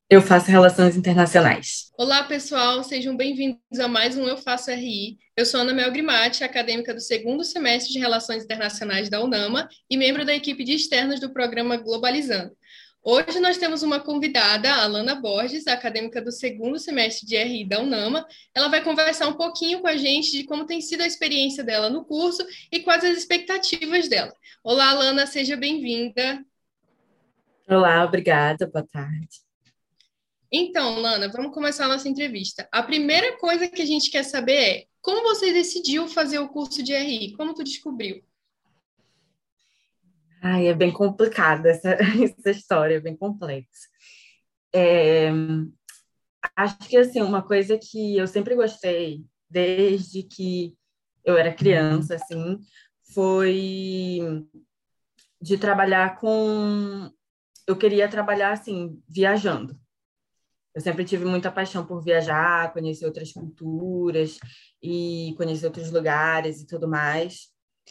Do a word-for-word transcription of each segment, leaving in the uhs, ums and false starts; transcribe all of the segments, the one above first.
Eu faço relações internacionais. Olá, pessoal, sejam bem-vindos a mais um Eu Faço R I. Eu sou Ana Mel Grimati, acadêmica do segundo semestre de Relações Internacionais da UNAMA e membro da equipe de externos do programa Globalizando. Hoje nós temos uma convidada, a Alana Borges, acadêmica do segundo semestre de R I da UNAMA. Ela vai conversar um pouquinho com a gente de como tem sido a experiência dela no curso e quais as expectativas dela. Olá, Alana, seja bem-vinda. Olá, obrigada, boa tarde. Então, Lana, vamos começar a nossa entrevista. A primeira coisa que a gente quer saber é como você decidiu fazer o curso de R I? Como tu descobriu? Ai, é bem complicada essa, essa história, é bem complexa. É, acho que, assim, uma coisa que eu sempre gostei, desde que eu era criança, assim, foi de trabalhar com... Eu queria trabalhar, assim, viajando. Eu sempre tive muita paixão por viajar, conhecer outras culturas e conhecer outros lugares e tudo mais.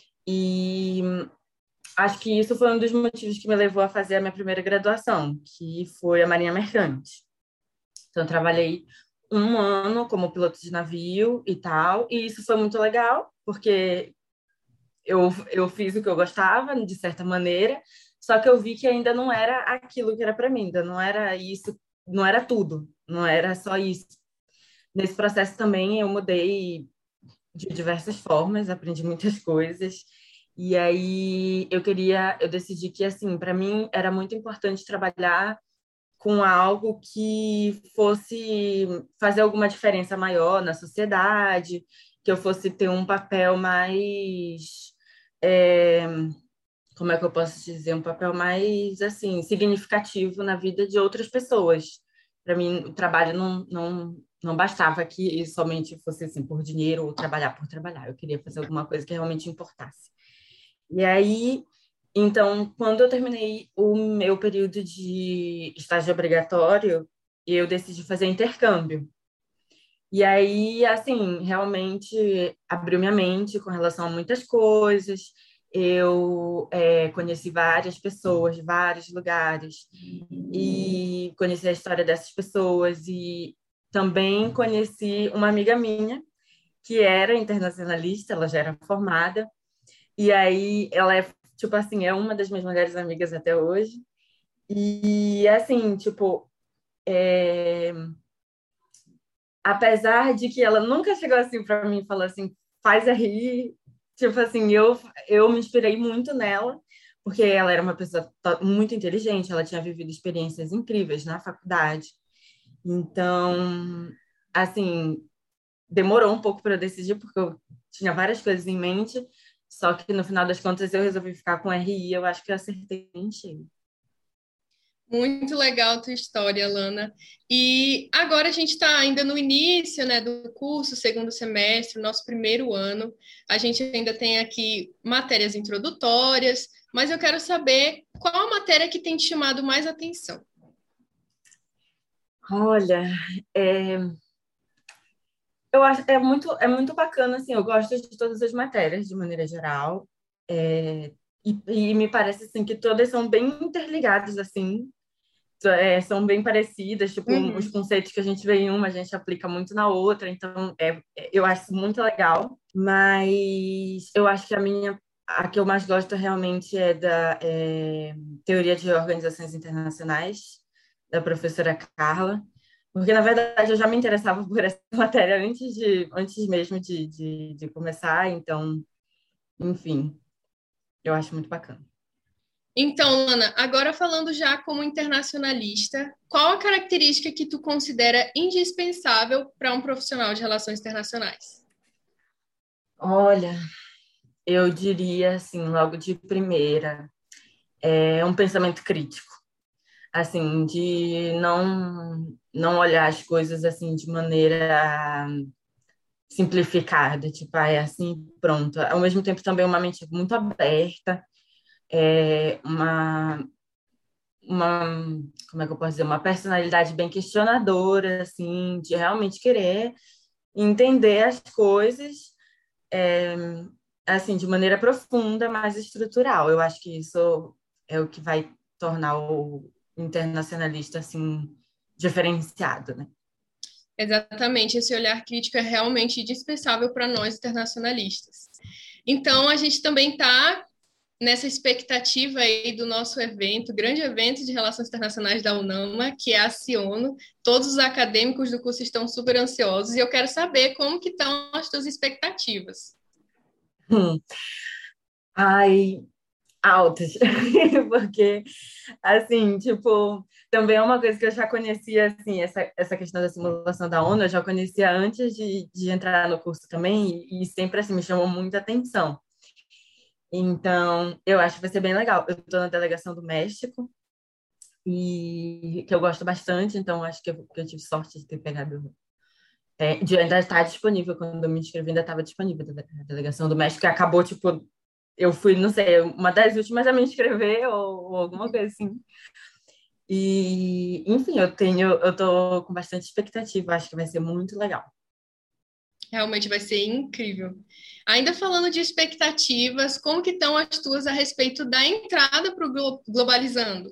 E acho que isso foi um dos motivos que me levou a fazer a minha primeira graduação, que foi a Marinha Mercante. Então, eu trabalhei um ano como piloto de navio e tal, e isso foi muito legal, porque eu, eu fiz o que eu gostava, de certa maneira, só que eu vi que ainda não era aquilo que era para mim, ainda não era isso, não era tudo, não era só isso. Nesse processo também eu mudei de diversas formas, aprendi muitas coisas. E aí eu queria, eu decidi que assim, para mim era muito importante trabalhar com algo que fosse fazer alguma diferença maior na sociedade, que eu fosse ter um papel mais, é, como é que eu posso dizer, um papel mais assim significativo na vida de outras pessoas. Para mim, o trabalho não, não, não bastava que somente fosse assim por dinheiro ou trabalhar por trabalhar. Eu queria fazer alguma coisa que realmente importasse. E aí, então, quando eu terminei o meu período de estágio obrigatório, eu decidi fazer intercâmbio. E aí, assim, realmente abriu minha mente com relação a muitas coisas. Eu é, conheci várias pessoas de vários lugares e conheci a história dessas pessoas e também conheci uma amiga minha que era internacionalista, ela já era formada e aí ela é tipo assim, é uma das minhas melhores amigas até hoje. E assim, tipo, é, apesar de que ela nunca chegou assim para mim e falou assim, faz a rir, tipo assim, eu, eu me inspirei muito nela, porque ela era uma pessoa to- muito inteligente, ela tinha vivido experiências incríveis na faculdade. Então, assim, demorou um pouco para eu decidir, porque eu tinha várias coisas em mente, só que no final das contas eu resolvi ficar com R I, eu acho que eu acertei em cheio. Muito legal a tua história, Lana. E agora a gente está ainda no início, né, do curso, segundo semestre, nosso primeiro ano. A gente ainda tem aqui matérias introdutórias, mas eu quero saber qual a matéria que tem te chamado mais atenção. Olha, é, eu acho é muito é muito bacana assim. Eu gosto de todas as matérias de maneira geral, é, e, e me parece assim que todas são bem interligadas assim, é, são bem parecidas. Tipo, um, os Uhum. conceitos que a gente vê em uma a gente aplica muito na outra. Então, é, é, eu acho isso muito legal. Mas eu acho que a minha a que eu mais gosto realmente é da é, teoria de organizações internacionais da professora Carla. Porque, na verdade, eu já me interessava por essa matéria antes, de, antes mesmo de, de, de começar, então, enfim, eu acho muito bacana. Então, Lana, agora falando já como internacionalista, qual a característica que tu considera indispensável para um profissional de relações internacionais? Olha, eu diria, assim, logo de primeira, é um pensamento crítico, assim, de não, não olhar as coisas, assim, de maneira simplificada, tipo, ah, é assim, pronto. Ao mesmo tempo, também uma mente muito aberta, é uma uma, como é que eu posso dizer, uma personalidade bem questionadora, assim, de realmente querer entender as coisas, é, assim, de maneira profunda, mais estrutural. Eu acho que isso é o que vai tornar o internacionalista, assim, diferenciado, né? Exatamente, esse olhar crítico é realmente indispensável para nós internacionalistas. Então, a gente também está nessa expectativa aí do nosso evento, grande evento de Relações Internacionais da UNAMA, que é a Ciono. Todos os acadêmicos do curso estão super ansiosos e eu quero saber como que estão as tuas expectativas. Hum. Ai, altas, porque, assim, tipo, também é uma coisa que eu já conhecia, assim, essa, essa questão da simulação da ONU, eu já conhecia antes de, de entrar no curso também, e, e sempre, assim, me chamou muita atenção. Então, eu acho que vai ser bem legal. Eu estou na delegação do México, e que eu gosto bastante, então acho que eu, que eu tive sorte de ter pegado. É, de ainda estar disponível, quando eu me inscrevi, ainda estava disponível a delegação do México, e acabou, tipo, eu fui, não sei, uma das últimas a me inscrever, ou, ou alguma coisa assim. E, enfim, eu tenho, eu tô com bastante expectativa, acho que vai ser muito legal. Realmente vai ser incrível. Ainda falando de expectativas, como que estão as tuas a respeito da entrada para o Globalizando?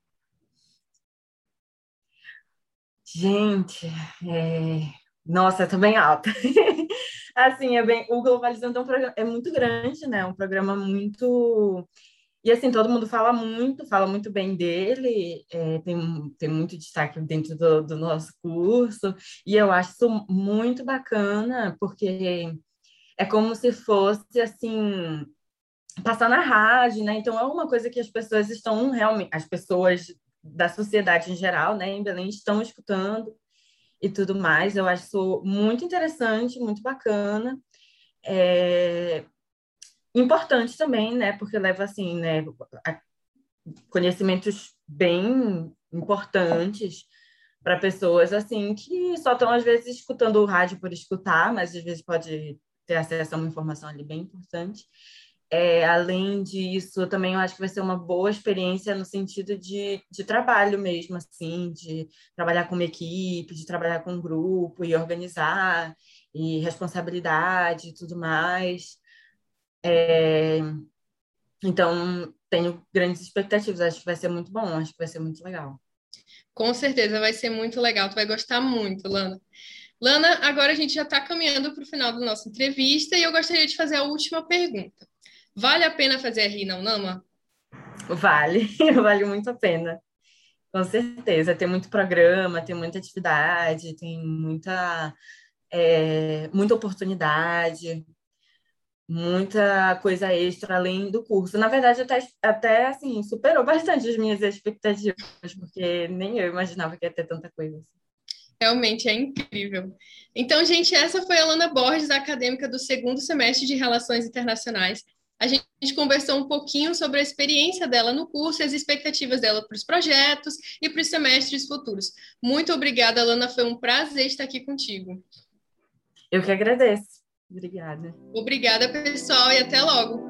Gente, é... nossa, tá bem alta. Assim, é bem, o Globalizando é um programa, é muito grande, né? É um programa muito. E assim, todo mundo fala muito, fala muito bem dele, é, tem, tem muito destaque dentro do, do nosso curso, e eu acho isso muito bacana, porque é como se fosse assim, passar na rádio, né? Então é uma coisa que as pessoas estão realmente, as pessoas da sociedade em geral, né, em Belém, estão escutando e tudo mais. Eu acho isso muito interessante, muito bacana. É importante também, né? Porque leva assim, né? Conhecimentos bem importantes para pessoas assim que só estão às vezes escutando o rádio por escutar, mas às vezes pode ter acesso a uma informação ali bem importante. É, além disso, também eu acho que vai ser uma boa experiência no sentido de, de trabalho mesmo, assim, de trabalhar com uma equipe, de trabalhar com um grupo e organizar, e responsabilidade e tudo mais. É, então, tenho grandes expectativas, acho que vai ser muito bom, acho que vai ser muito legal. Com certeza vai ser muito legal, tu vai gostar muito, Lana. Lana, agora a gente já está caminhando para o final da nossa entrevista e eu gostaria de fazer a última pergunta. Vale a pena fazer R I na UNAMA? Vale, vale muito a pena, com certeza. Tem muito programa, tem muita atividade, tem muita, é, muita oportunidade, muita coisa extra além do curso. Na verdade, até, até assim, superou bastante as minhas expectativas, porque nem eu imaginava que ia ter tanta coisa assim. Realmente é incrível. Então, gente, essa foi a Lana Borges, acadêmica do segundo semestre de Relações Internacionais. A gente conversou um pouquinho sobre a experiência dela no curso e as expectativas dela para os projetos e para os semestres futuros. Muito obrigada, Lana. Foi um prazer estar aqui contigo. Eu que agradeço. Obrigada. Obrigada, pessoal, e até logo.